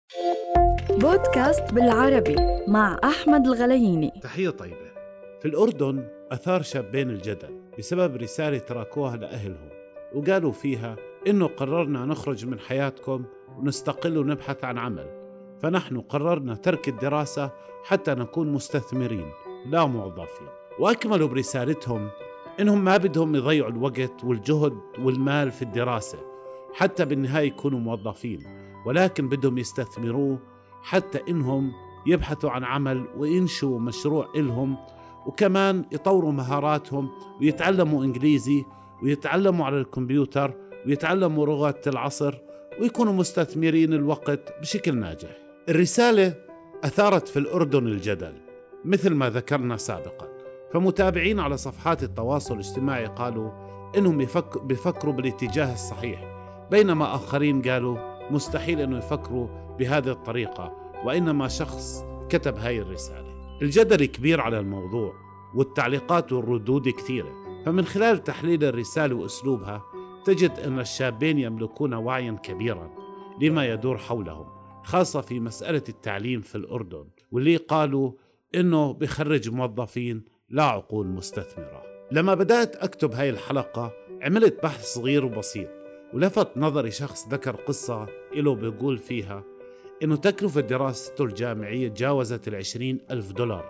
بودكاست بالعربي مع أحمد الغلييني. تحية طيبة. في الأردن أثار شابين الجدل بسبب رسالة تركوها لأهلهم، وقالوا فيها إنه قررنا نخرج من حياتكم ونستقل ونبحث عن عمل، فنحن قررنا ترك الدراسة حتى نكون مستثمرين لا موظفين. وأكملوا برسالتهم إنهم ما بدهم يضيعوا الوقت والجهد والمال في الدراسة حتى بالنهاية يكونوا موظفين، ولكن بدهم يستثمروه حتى إنهم يبحثوا عن عمل وينشوا مشروع إلهم، وكمان يطوروا مهاراتهم ويتعلموا إنجليزي ويتعلموا على الكمبيوتر ويتعلموا لغة العصر ويكونوا مستثمرين الوقت بشكل ناجح. الرسالة أثارت في الأردن الجدل مثل ما ذكرنا سابقا، فمتابعين على صفحات التواصل الاجتماعي قالوا إنهم بيفكروا بالاتجاه الصحيح، بينما آخرين قالوا مستحيل إنه يفكروا بهذه الطريقة وإنما شخص كتب هاي الرسالة. الجدل كبير على الموضوع والتعليقات والردود كثيرة، فمن خلال تحليل الرسالة وأسلوبها تجد أن الشابين يملكون وعيا كبيرا لما يدور حولهم، خاصة في مسألة التعليم في الأردن، واللي قالوا إنه بيخرج موظفين لا عقول مستثمرة. لما بدأت أكتب هاي الحلقة عملت بحث صغير وبسيط، ولفت نظري شخص ذكر قصة إله بيقول فيها إنه تكلفة دراسته الجامعية تجاوزت $20,000،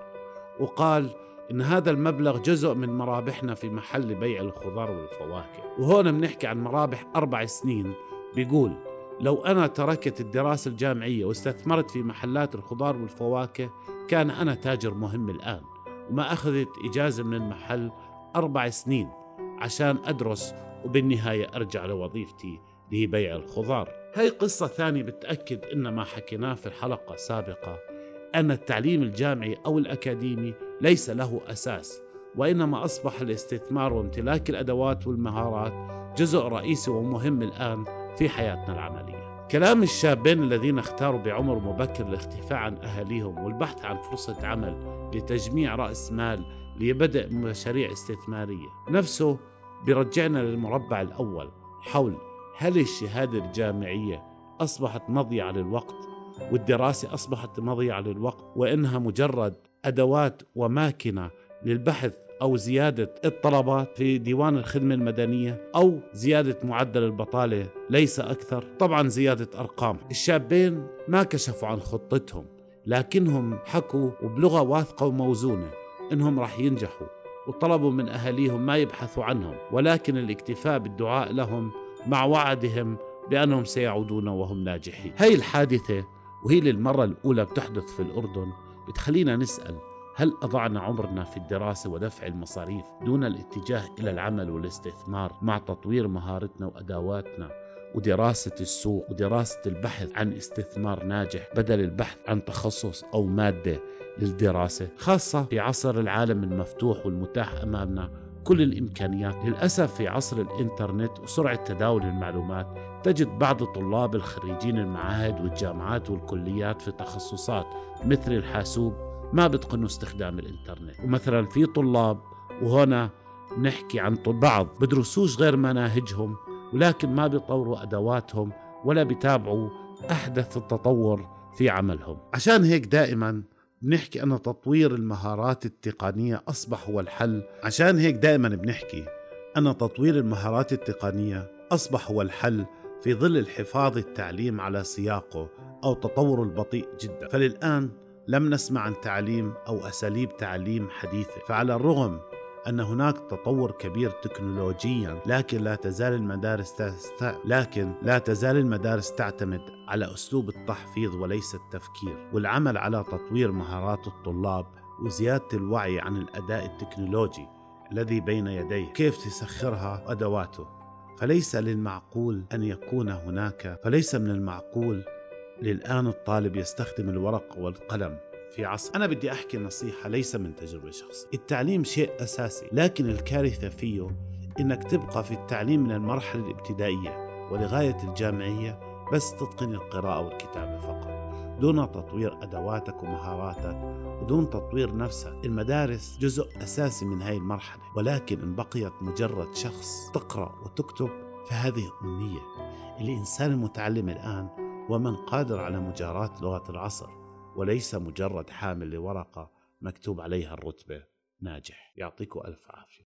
وقال إن هذا المبلغ جزء من مرابحنا في محل بيع الخضار والفواكه. وهون بنحكي عن مرابح 4 سنين. بيقول لو أنا تركت الدراسة الجامعية واستثمرت في محلات الخضار والفواكه كان أنا تاجر مهم الآن، وما أخذت إجازة من المحل 4 سنين عشان أدرس وبالنهاية أرجع لوظيفتي اللي هي بيع الخضار. هاي قصة ثانية بتأكد إن ما حكيناه في الحلقة السابقة، أن التعليم الجامعي أو الأكاديمي ليس له أساس، وإنما أصبح الاستثمار وامتلاك الأدوات والمهارات جزء رئيسي ومهم الآن في حياتنا العملية. كلام الشابين الذين اختاروا بعمر مبكر الاختفاء عن أهاليهم والبحث عن فرصة عمل لتجميع رأس مال لبدء مشاريع استثمارية نفسه برجعنا للمربع الأول حول هل الشهادة الجامعية أصبحت مضيعة للوقت والدراسة أصبحت مضيعة للوقت، وإنها مجرد أدوات وماكنة للبحث أو زيادة الطلبات في ديوان الخدمة المدنية أو زيادة معدل البطالة ليس أكثر. طبعا زيادة أرقام. الشابين ما كشفوا عن خطتهم، لكنهم حكوا وبلغة واثقة وموزونة إنهم رح ينجحوا، وطلبوا من أهاليهم ما يبحثوا عنهم ولكن الاكتفاء بالدعاء لهم مع وعدهم بأنهم سيعودون وهم ناجحين. هاي الحادثة وهي للمرة الأولى بتحدث في الأردن بتخلينا نسأل هل أضعنا عمرنا في الدراسة ودفع المصاريف دون الاتجاه إلى العمل والاستثمار مع تطوير مهارتنا وأدواتنا ودراسة السوق ودراسة البحث عن استثمار ناجح بدل البحث عن تخصص أو مادة للدراسة، خاصة في عصر العالم المفتوح والمتاح أمامنا كل الإمكانيات. للأسف في عصر الإنترنت وسرعة تداول المعلومات تجد بعض طلاب الخريجين المعاهد والجامعات والكليات في تخصصات مثل الحاسوب ما بتقنوا استخدام الإنترنت، ومثلا في طلاب وهنا نحكي عن بعض بدرسوش غير مناهجهم ولكن ما بيطوروا أدواتهم ولا بيتابعوا أحدث التطور في عملهم. عشان هيك دائما بنحكي أن تطوير المهارات التقنية أصبح هو الحل. عشان هيك دائما بنحكي أن تطوير المهارات التقنية أصبح هو الحل في ظل الحفاظ التعليم على سياقه أو تطوره البطيء جدا. فللآن لم نسمع عن تعليم أو أساليب تعليم حديثة. فعلى الرغم أن هناك تطور كبير تكنولوجيا لكن لا تزال المدارس تعتمد على أسلوب التحفيظ وليس التفكير، والعمل على تطوير مهارات الطلاب وزيادة الوعي عن الأداء التكنولوجي الذي بين يديه كيف تسخرها أدواته. فليس من المعقول للآن الطالب يستخدم الورق والقلم في عصر. أنا بدي أحكي نصيحة ليس من تجربة شخصية. التعليم شيء أساسي، لكن الكارثة فيه إنك تبقى في التعليم من المرحلة الابتدائية ولغاية الجامعية بس تتقن القراءة والكتابة فقط دون تطوير أدواتك ومهاراتك ودون تطوير نفسك. المدارس جزء أساسي من هاي المرحلة، ولكن إن بقيت مجرد شخص تقرأ وتكتب فهذه أمنية. الإنسان المتعلم الآن ومن قادر على مجاراة لغة العصر وليس مجرد حامل لورقة مكتوب عليها الرتبة ناجح. يعطيكم ألف عافية.